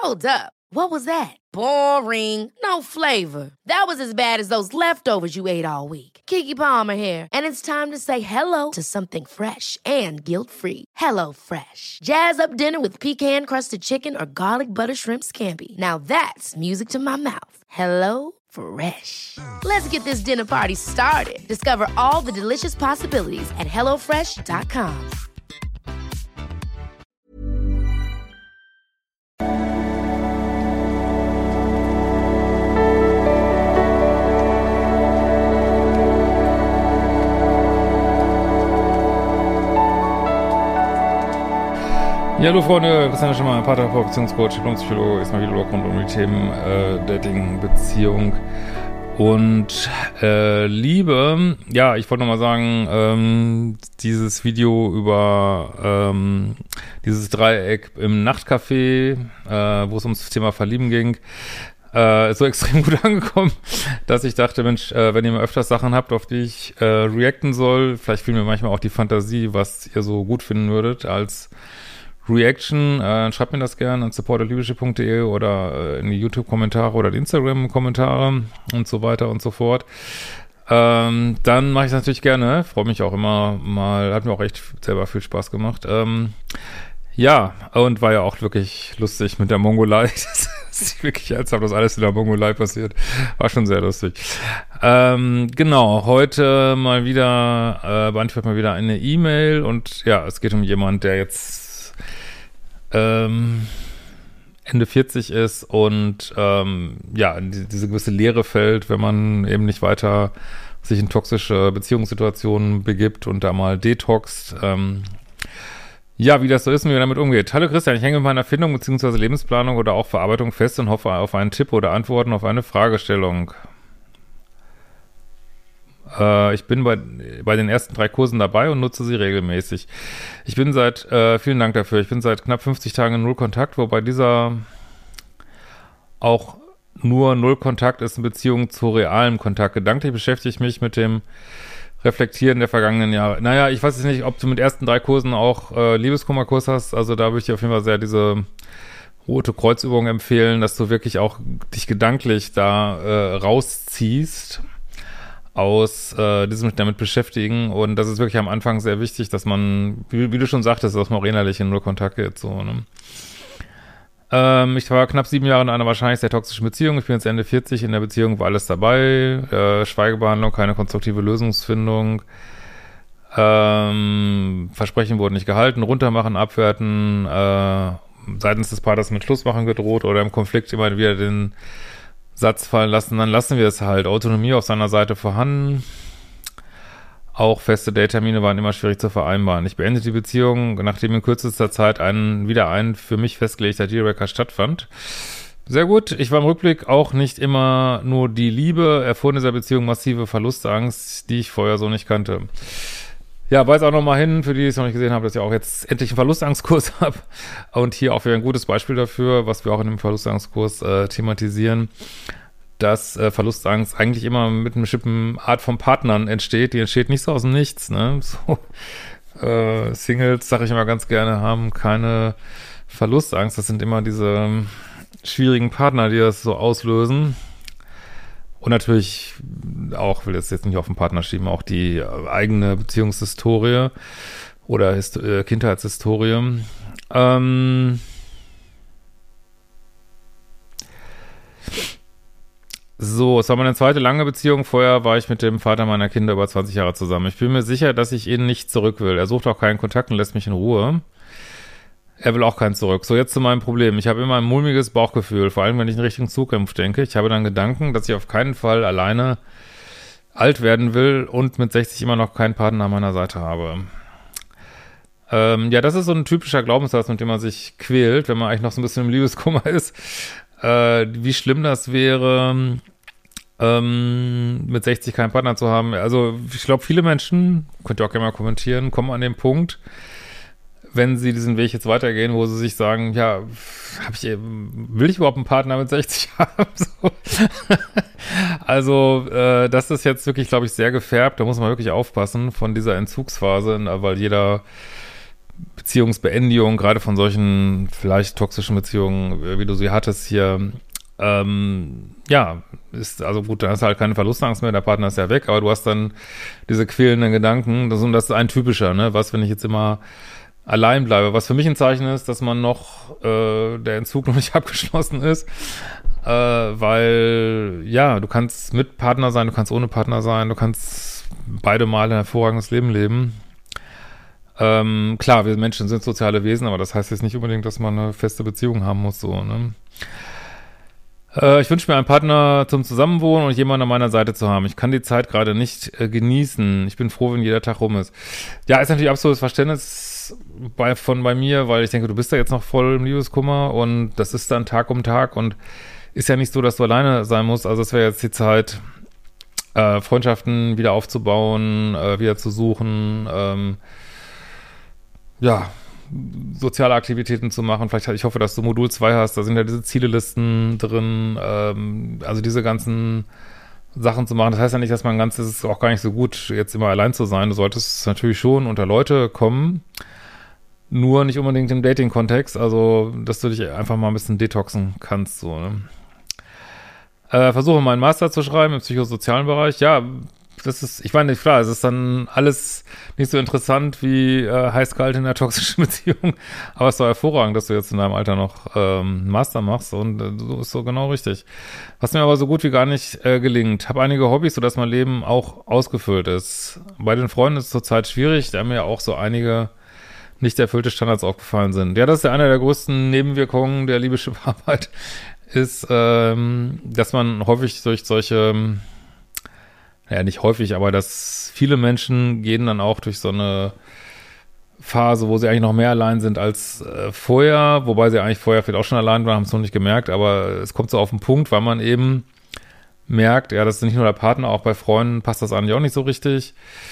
Hold up. What was that? Boring. No flavor. That was as bad as those leftovers you ate all week. Keke Palmer here. And it's time to say hello to something fresh and guilt-free. Hello Fresh. Jazz up dinner with pecan-crusted chicken or garlic butter shrimp scampi. Now that's music to my mouth. Hello Fresh. Let's get this dinner party started. Discover all the delicious possibilities at hellofresh.com. Ja, hallo Freunde, Christian Schimmer, Paartherapeut, Beziehungscoach, Diplompsychologe, ist mal wieder rund um die Themen Dating, Beziehung und Liebe. Ja, ich wollte nochmal sagen, dieses Video über dieses Dreieck im Nachtcafé, wo es ums Thema Verlieben ging, ist so extrem gut angekommen, dass ich dachte, Mensch, wenn ihr mal öfters Sachen habt, auf die ich reacten soll, vielleicht fehlt mir manchmal auch die Fantasie, was ihr so gut finden würdet als Reaction, schreibt mir das gerne an support@liebeschiff.de oder in die YouTube-Kommentare oder die Instagram-Kommentare und so weiter und so fort. Dann mache ich das natürlich gerne, freue mich auch immer mal, hat mir auch echt selber viel Spaß gemacht. Ja, und war ja auch wirklich lustig mit der Mongolei. Das ist wirklich ernsthaft, dass alles in der Mongolei passiert. War schon sehr lustig. Genau, heute mal wieder, beantwortet mal wieder eine E-Mail und ja, es geht um jemand, der jetzt Ende 40 ist und ja, diese gewisse Leere fällt, wenn man eben nicht weiter sich in toxische Beziehungssituationen begibt und da mal detoxt. Ja, wie das so ist und wie man damit umgeht. Hallo Christian, ich hänge mit meiner Findung bzw. Lebensplanung oder auch Verarbeitung fest und hoffe auf einen Tipp oder Antworten auf eine Fragestellung. Ich bin bei den ersten 3 Kursen dabei und nutze sie regelmäßig. Ich bin vielen Dank dafür, ich bin seit knapp 50 Tagen in Null Kontakt, wobei dieser auch nur Null Kontakt ist in Beziehung zu realem Kontakt. Gedanklich beschäftige ich mich mit dem Reflektieren der vergangenen Jahre. Naja, ich weiß jetzt nicht, ob du mit ersten 3 Kursen auch Liebeskummerkurs hast, also da würde ich dir auf jeden Fall sehr diese Rote Kreuzübung empfehlen, dass du wirklich auch dich gedanklich da rausziehst aus diesem damit beschäftigen und das ist wirklich am Anfang sehr wichtig, dass man, wie du schon sagtest, dass man auch innerlich in Null Kontakt geht, so, ne? Ich war knapp 7 Jahre in einer wahrscheinlich sehr toxischen Beziehung, ich bin jetzt Ende 40, in der Beziehung war alles dabei, Schweigebehandlung, keine konstruktive Lösungsfindung, Versprechen wurden nicht gehalten, runtermachen, abwerten, seitens des Partners mit Schluss machen gedroht oder im Konflikt immer wieder den Satz fallen lassen, dann lassen wir es halt. Autonomie auf seiner Seite vorhanden. Auch feste Datetermine waren immer schwierig zu vereinbaren. Ich beendete die Beziehung, nachdem in kürzester Zeit wieder ein für mich festgelegter Dealbreaker stattfand. Sehr gut. Ich war im Rückblick auch nicht immer nur die Liebe, erfuhr in dieser Beziehung massive Verlustangst, die ich vorher so nicht kannte. Ja, weise auch nochmal hin, für die, die es noch nicht gesehen haben, dass ich auch jetzt endlich einen Verlustangstkurs habe. Und hier auch wieder ein gutes Beispiel dafür, was wir auch in dem Verlustangstkurs thematisieren, dass Verlustangst eigentlich immer mit einer bestimmten Art von Partnern entsteht. Die entsteht nicht so aus dem Nichts, ne? So, Singles, sage ich immer ganz gerne, haben keine Verlustangst. Das sind immer diese schwierigen Partner, die das so auslösen. Und natürlich auch, will das jetzt nicht auf den Partner schieben, auch die eigene Beziehungshistorie oder Kindheitshistorie. So, es war meine zweite lange Beziehung. Vorher war ich mit dem Vater meiner Kinder über 20 Jahre zusammen. Ich bin mir sicher, dass ich ihn nicht zurück will. Er sucht auch keinen Kontakt und lässt mich in Ruhe. Er will auch keinen zurück. So, jetzt zu meinem Problem. Ich habe immer ein mulmiges Bauchgefühl, vor allem wenn ich in Richtung Zukunft denke. Ich habe dann Gedanken, dass ich auf keinen Fall alleine alt werden will und mit 60 immer noch keinen Partner an meiner Seite habe. Ja, das ist so ein typischer Glaubenssatz, mit dem man sich quält, wenn man eigentlich noch so ein bisschen im Liebeskummer ist. Wie schlimm das wäre, mit 60 keinen Partner zu haben. Also ich glaube, viele Menschen, könnt ihr auch gerne mal kommentieren, kommen an den Punkt, wenn sie diesen Weg jetzt weitergehen, wo sie sich sagen, ja, will ich überhaupt einen Partner mit 60 haben? So. Also das ist jetzt wirklich, glaube ich, sehr gefärbt. Da muss man wirklich aufpassen von dieser Entzugsphase, weil jeder Beziehungsbeendigung, gerade von solchen vielleicht toxischen Beziehungen, wie du sie hattest hier, ja, ist, also gut, da hast du halt keine Verlustangst mehr, der Partner ist ja weg, aber du hast dann diese quälenden Gedanken, das ist ein typischer, ne, was, wenn ich jetzt immer allein bleibe, was für mich ein Zeichen ist, dass man noch, der Entzug noch nicht abgeschlossen ist, weil, ja, du kannst mit Partner sein, du kannst ohne Partner sein, du kannst beide Male ein hervorragendes Leben leben. Klar, wir Menschen sind soziale Wesen, aber das heißt jetzt nicht unbedingt, dass man eine feste Beziehung haben muss, so, ne. Ich wünsche mir einen Partner zum Zusammenwohnen und jemanden an meiner Seite zu haben. Ich kann die Zeit gerade nicht genießen. Ich bin froh, wenn jeder Tag rum ist. Ja, ist natürlich absolutes Verständnis bei mir, weil ich denke, du bist da jetzt noch voll im Liebeskummer und das ist dann Tag um Tag und ist ja nicht so, dass du alleine sein musst. Also es wäre jetzt die Zeit, Freundschaften wieder aufzubauen, wieder zu suchen, ja, soziale Aktivitäten zu machen. Vielleicht, ich hoffe, dass du Modul 2 hast, da sind ja diese Zielelisten drin, also diese ganzen Sachen zu machen. Das heißt ja nicht, dass man es ist auch gar nicht so gut, jetzt immer allein zu sein. Du solltest natürlich schon unter Leute kommen, nur nicht unbedingt im Dating-Kontext, also, dass du dich einfach mal ein bisschen detoxen kannst, so, ne? Versuche meinen Master zu schreiben im psychosozialen Bereich. Ja, das ist, ich meine, klar, es ist dann alles nicht so interessant wie heiß-kalt in einer toxischen Beziehung, aber es ist doch hervorragend, dass du jetzt in deinem Alter noch einen Master machst und so ist so genau richtig. Was mir aber so gut wie gar nicht gelingt. Habe einige Hobbys, sodass mein Leben auch ausgefüllt ist. Bei den Freunden ist es zurzeit schwierig, da mir ja auch so einige nicht erfüllte Standards aufgefallen sind. Ja, das ist ja eine der größten Nebenwirkungen der Liebeschip-Arbeit, ist, dass man häufig durch solche ja, nicht häufig, aber dass viele Menschen gehen dann auch durch so eine Phase, wo sie eigentlich noch mehr allein sind als vorher, wobei sie eigentlich vorher vielleicht auch schon allein waren, haben es noch nicht gemerkt, aber es kommt so auf den Punkt, weil man eben merkt, ja, das ist nicht nur der Partner, auch bei Freunden passt das eigentlich auch nicht so richtig.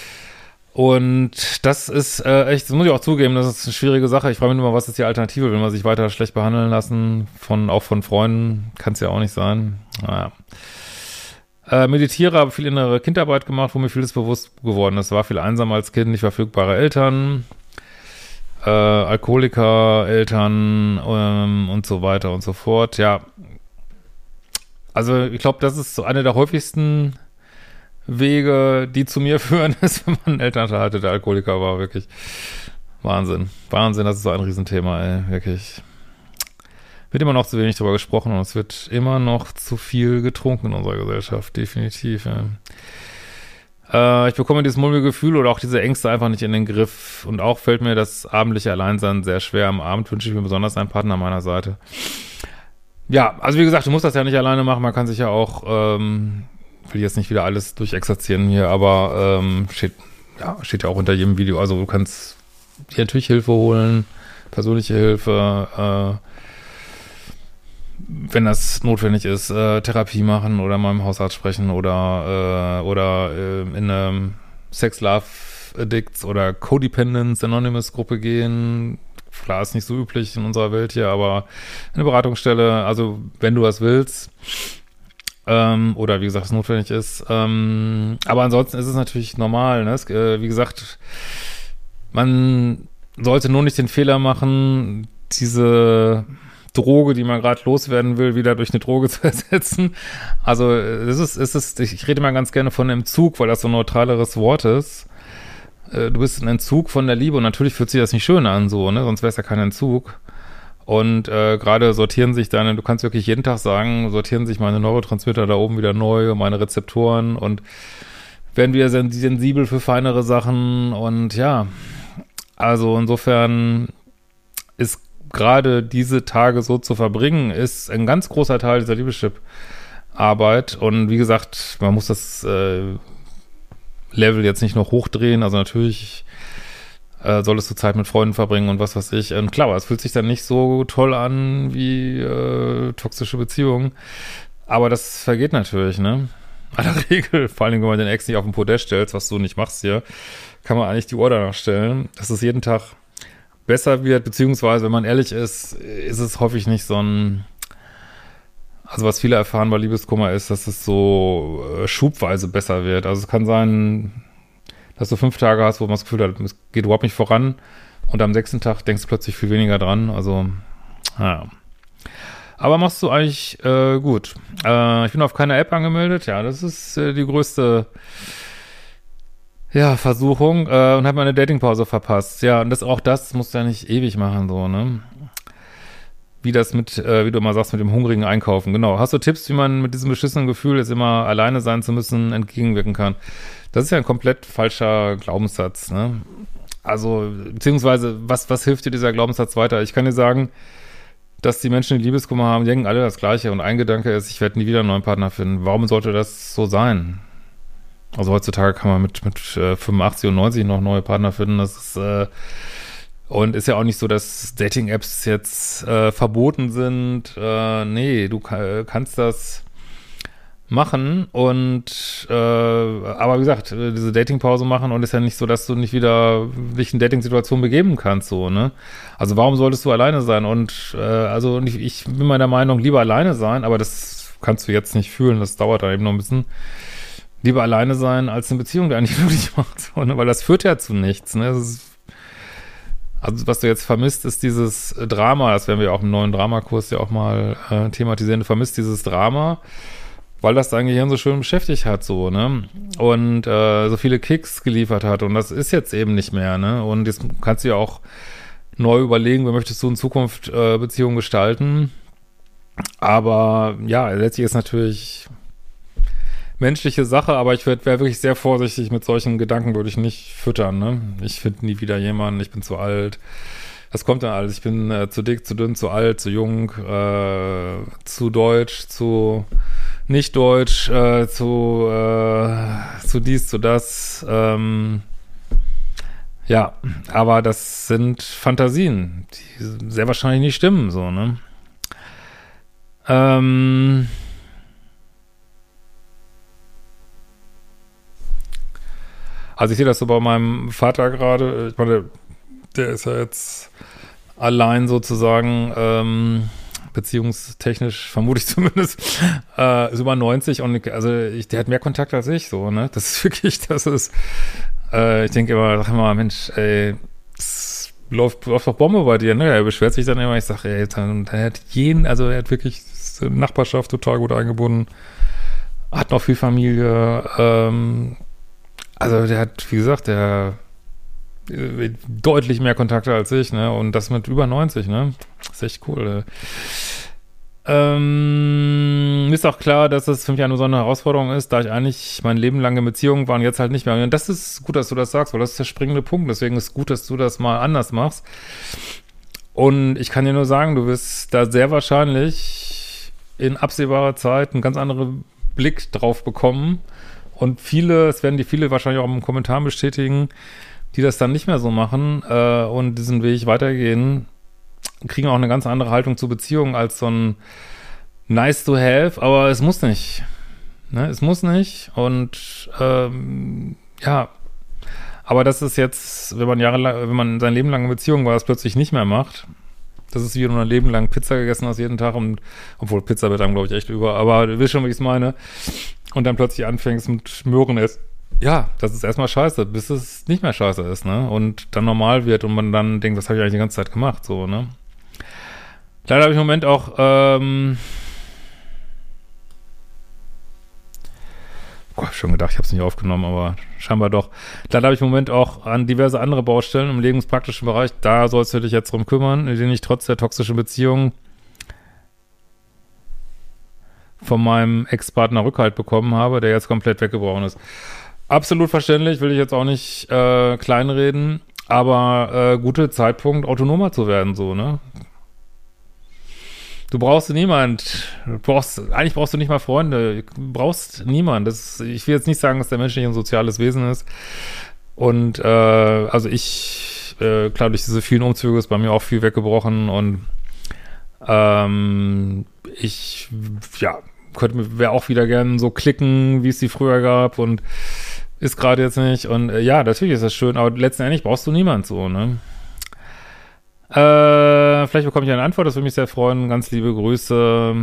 Und das ist echt, das muss ich auch zugeben, das ist eine schwierige Sache. Ich frage mich immer, was ist die Alternative, wenn man sich weiter schlecht behandeln lassen, auch von Freunden, kann es ja auch nicht sein. Naja. Meditiere, habe viel innere Kindarbeit gemacht, wo mir vieles bewusst geworden ist. War viel einsam als Kind, nicht verfügbare Eltern, Alkoholiker, Eltern und so weiter und so fort. Ja, also ich glaube, das ist so eine der häufigsten Wege, die zu mir führen, ist, wenn man einen Elternteil hatte, der Alkoholiker war. Wirklich Wahnsinn. Wahnsinn, das ist so ein Riesenthema, ey, wirklich. Wird immer noch zu wenig darüber gesprochen und es wird immer noch zu viel getrunken in unserer Gesellschaft, definitiv. Ja. Ich bekomme dieses mulmige Gefühl oder auch diese Ängste einfach nicht in den Griff und auch fällt mir das abendliche Alleinsein sehr schwer. Am Abend wünsche ich mir besonders einen Partner an meiner Seite. Ja, also wie gesagt, du musst das ja nicht alleine machen, man kann sich ja auch, will jetzt nicht wieder alles durchexerzieren hier, aber steht ja auch unter jedem Video, also du kannst dir natürlich Hilfe holen, persönliche Hilfe, wenn das notwendig ist, Therapie machen oder mal im Hausarzt sprechen oder in eine Sex Love Addicts oder Codependence Anonymous Gruppe gehen. Klar, ist nicht so üblich in unserer Welt hier, aber eine Beratungsstelle, also wenn du was willst, oder wie gesagt, es notwendig ist. Aber ansonsten ist es natürlich normal, ne? Wie gesagt, man sollte nur nicht den Fehler machen, diese Droge, die man gerade loswerden will, wieder durch eine Droge zu ersetzen. Also ich rede mal ganz gerne von Entzug, weil das so ein neutraleres Wort ist. Du bist ein Entzug von der Liebe und natürlich fühlt sich das nicht schön an, so, ne? Sonst wäre es ja kein Entzug. Und gerade sortieren sich du kannst wirklich jeden Tag sagen, sortieren sich meine Neurotransmitter da oben wieder neu und meine Rezeptoren und werden wieder sensibel für feinere Sachen und ja, also insofern ist gerade diese Tage so zu verbringen, ist ein ganz großer Teil dieser Liebeschip-Arbeit. Und wie gesagt, man muss das Level jetzt nicht noch hochdrehen. Also natürlich solltest du Zeit mit Freunden verbringen und was weiß ich. Und klar, es fühlt sich dann nicht so toll an wie toxische Beziehungen. Aber das vergeht natürlich, ne? Aller Regel, vor allem, wenn man den Ex nicht auf den Podest stellt, was du nicht machst hier, kann man eigentlich die Uhr danach stellen, dass es jeden Tag besser wird, beziehungsweise, wenn man ehrlich ist, ist es häufig nicht so also was viele erfahren bei Liebeskummer ist, dass es so schubweise besser wird. Also es kann sein, dass du 5 Tage hast, wo man das Gefühl hat, es geht überhaupt nicht voran Und am 6. Tag denkst du plötzlich viel weniger dran. Also, naja. Aber machst du eigentlich gut. Ich bin auf keiner App angemeldet. Ja, das ist die größte Versuchung. Und habe meine Datingpause verpasst. Ja, und das musst du ja nicht ewig machen, so, ne? Wie das wie du immer sagst, mit dem hungrigen Einkaufen. Genau. Hast du Tipps, wie man mit diesem beschissenen Gefühl, jetzt immer alleine sein zu müssen, entgegenwirken kann? Das ist ja ein komplett falscher Glaubenssatz, ne? Also, beziehungsweise, was hilft dir dieser Glaubenssatz weiter? Ich kann dir sagen, dass die Menschen, die Liebeskummer haben, denken alle das Gleiche. Und ein Gedanke ist, ich werde nie wieder einen neuen Partner finden. Warum sollte das so sein? Also heutzutage kann man mit 85 und 90 noch neue Partner finden. Das ist, und ist ja auch nicht so, dass Dating-Apps jetzt verboten sind. Nee, du kannst das machen und aber wie gesagt, diese Datingpause machen und ist ja nicht so, dass du nicht wieder dich in Dating-Situationen begeben kannst, so, ne? Also warum solltest du alleine sein? Und also ich bin meiner Meinung, lieber alleine sein, aber das kannst du jetzt nicht fühlen, das dauert da eben noch ein bisschen. Lieber alleine sein, als eine Beziehung, die eigentlich glücklich macht, so, ne? Weil das führt ja zu nichts, ne? Also was du jetzt vermisst, ist dieses Drama, das werden wir auch im neuen Dramakurs ja auch mal thematisieren, du vermisst dieses Drama, weil das dein Gehirn so schön beschäftigt hat, so, ne? Und so viele Kicks geliefert hat. Und das ist jetzt eben nicht mehr, ne? Und jetzt kannst du ja auch neu überlegen, wie möchtest du in Zukunft Beziehungen gestalten. Aber ja, letztlich ist natürlich menschliche Sache, aber ich wäre wirklich sehr vorsichtig mit solchen Gedanken, würde ich nicht füttern, ne? Ich finde nie wieder jemanden, ich bin zu alt. Das kommt dann alles. Ich bin zu dick, zu dünn, zu alt, zu jung, zu deutsch, zu nicht deutsch, zu dies, zu das. Ja, aber das sind Fantasien, die sehr wahrscheinlich nicht stimmen, so, ne? Also ich sehe das so bei meinem Vater gerade. Ich meine, der ist ja jetzt allein sozusagen, beziehungstechnisch, vermute ich zumindest, ist über 90 und also der hat mehr Kontakt als ich, so, ne? Das ist wirklich, ich denke immer, sag mal, Mensch, ey, das läuft doch Bombe bei dir, ne? Er beschwert sich dann immer, ich sage, ey, er hat wirklich die Nachbarschaft total gut eingebunden, hat noch viel Familie, also der hat, wie gesagt, deutlich mehr Kontakte als ich, ne? Und das mit über 90, ne? Das ist echt cool. Mir ist auch klar, dass es für mich eine so eine Herausforderung ist, da ich eigentlich mein Leben lang in Beziehungen war und jetzt halt nicht mehr. Und das ist gut, dass du das sagst, weil das ist der springende Punkt. Deswegen ist es gut, dass du das mal anders machst. Und ich kann dir nur sagen, du wirst da sehr wahrscheinlich in absehbarer Zeit einen ganz anderen Blick drauf bekommen. Und es werden die viele wahrscheinlich auch im Kommentar bestätigen, die das dann nicht mehr so machen und diesen Weg weitergehen, kriegen auch eine ganz andere Haltung zu Beziehungen als so ein nice to have, aber es muss nicht. Ne? Es muss nicht und ja, aber das ist jetzt, wenn man sein Leben lang in Beziehung war, das plötzlich nicht mehr macht, das ist wie wenn du ein Leben lang Pizza gegessen hast jeden Tag und, obwohl Pizza wird dann, glaube ich, echt über, aber du weißt schon, wie ich es meine, und dann plötzlich anfängst mit Möhren essen. Ja, das ist erstmal scheiße, bis es nicht mehr scheiße ist, ne? Und dann normal wird und man dann denkt, was habe ich eigentlich die ganze Zeit gemacht, so, ne? Leider habe ich im Moment auch, schon gedacht, ich habe es nicht aufgenommen, aber scheinbar doch. Leider habe ich im Moment auch an diverse andere Baustellen im lebenspraktischen Bereich, da sollst du dich jetzt drum kümmern, in denen ich trotz der toxischen Beziehung von meinem Ex-Partner Rückhalt bekommen habe, der jetzt komplett weggebrochen ist. Absolut verständlich, will ich jetzt auch nicht kleinreden, aber guter Zeitpunkt, autonomer zu werden, so, ne? Du brauchst eigentlich brauchst du nicht mal Freunde, du brauchst niemanden. Ich will jetzt nicht sagen, dass der Mensch nicht ein soziales Wesen ist. Und also klar, durch diese vielen Umzüge ist bei mir auch viel weggebrochen und ich, ja, wäre auch wieder gern so klicken, wie es die früher gab und ist gerade jetzt nicht. Und ja, natürlich ist das schön, aber letztendlich brauchst du niemand so, ne? Vielleicht bekomme ich eine Antwort, das würde mich sehr freuen. Ganz liebe Grüße,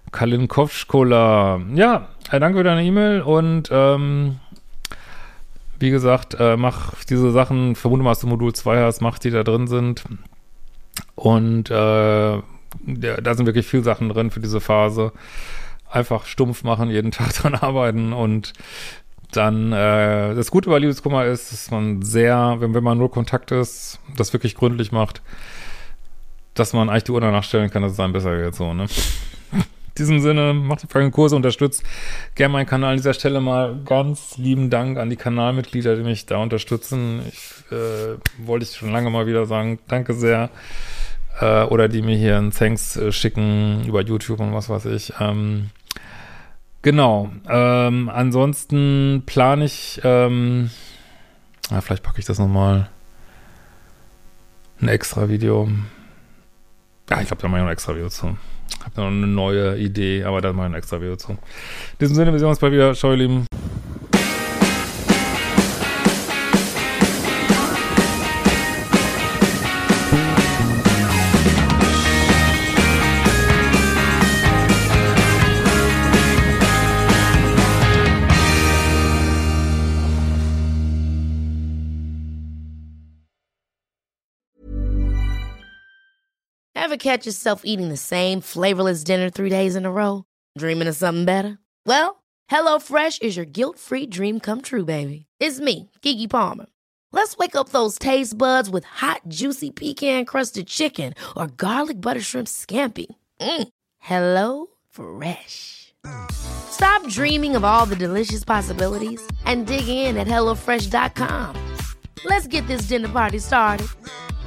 Kalinkovskola. Ja, danke für deine E-Mail und Wie gesagt, mach diese Sachen, vermute mal, dass du Modul 2 hast, mach die da drin sind. Und da sind wirklich viele Sachen drin für diese Phase. Einfach stumpf machen, jeden Tag dran arbeiten und dann, das Gute bei Liebeskummer ist, dass man wenn man nur Kontakt ist, das wirklich gründlich macht, dass man eigentlich die Uhr danach stellen kann, dass es einem besser geht, so, ne? In diesem Sinne, macht die folgenden Kurse, unterstützt gerne meinen Kanal an dieser Stelle mal. Ganz lieben Dank an die Kanalmitglieder, die mich da unterstützen. Wollte ich schon lange mal wieder sagen, danke sehr. Oder die mir hier ein Thanks schicken über YouTube und was weiß ich. Genau. Ansonsten plane ich, vielleicht packe ich das nochmal, ein extra Video. Ja, ich glaube, da mache ich noch ein extra Video zu. Ich habe noch eine neue Idee, aber da mache ich ein extra Video zu. In diesem Sinne, wir sehen uns bald wieder. Ciao, ihr Lieben. Ever catch yourself eating the same flavorless dinner 3 days in a row? Dreaming of something better? Well, HelloFresh is your guilt-free dream come true, baby. It's me, Keke Palmer. Let's wake up those taste buds with hot, juicy pecan-crusted chicken or garlic butter shrimp scampi. Hello Fresh. Stop dreaming of all the delicious possibilities and dig in at HelloFresh.com. Let's get this dinner party started.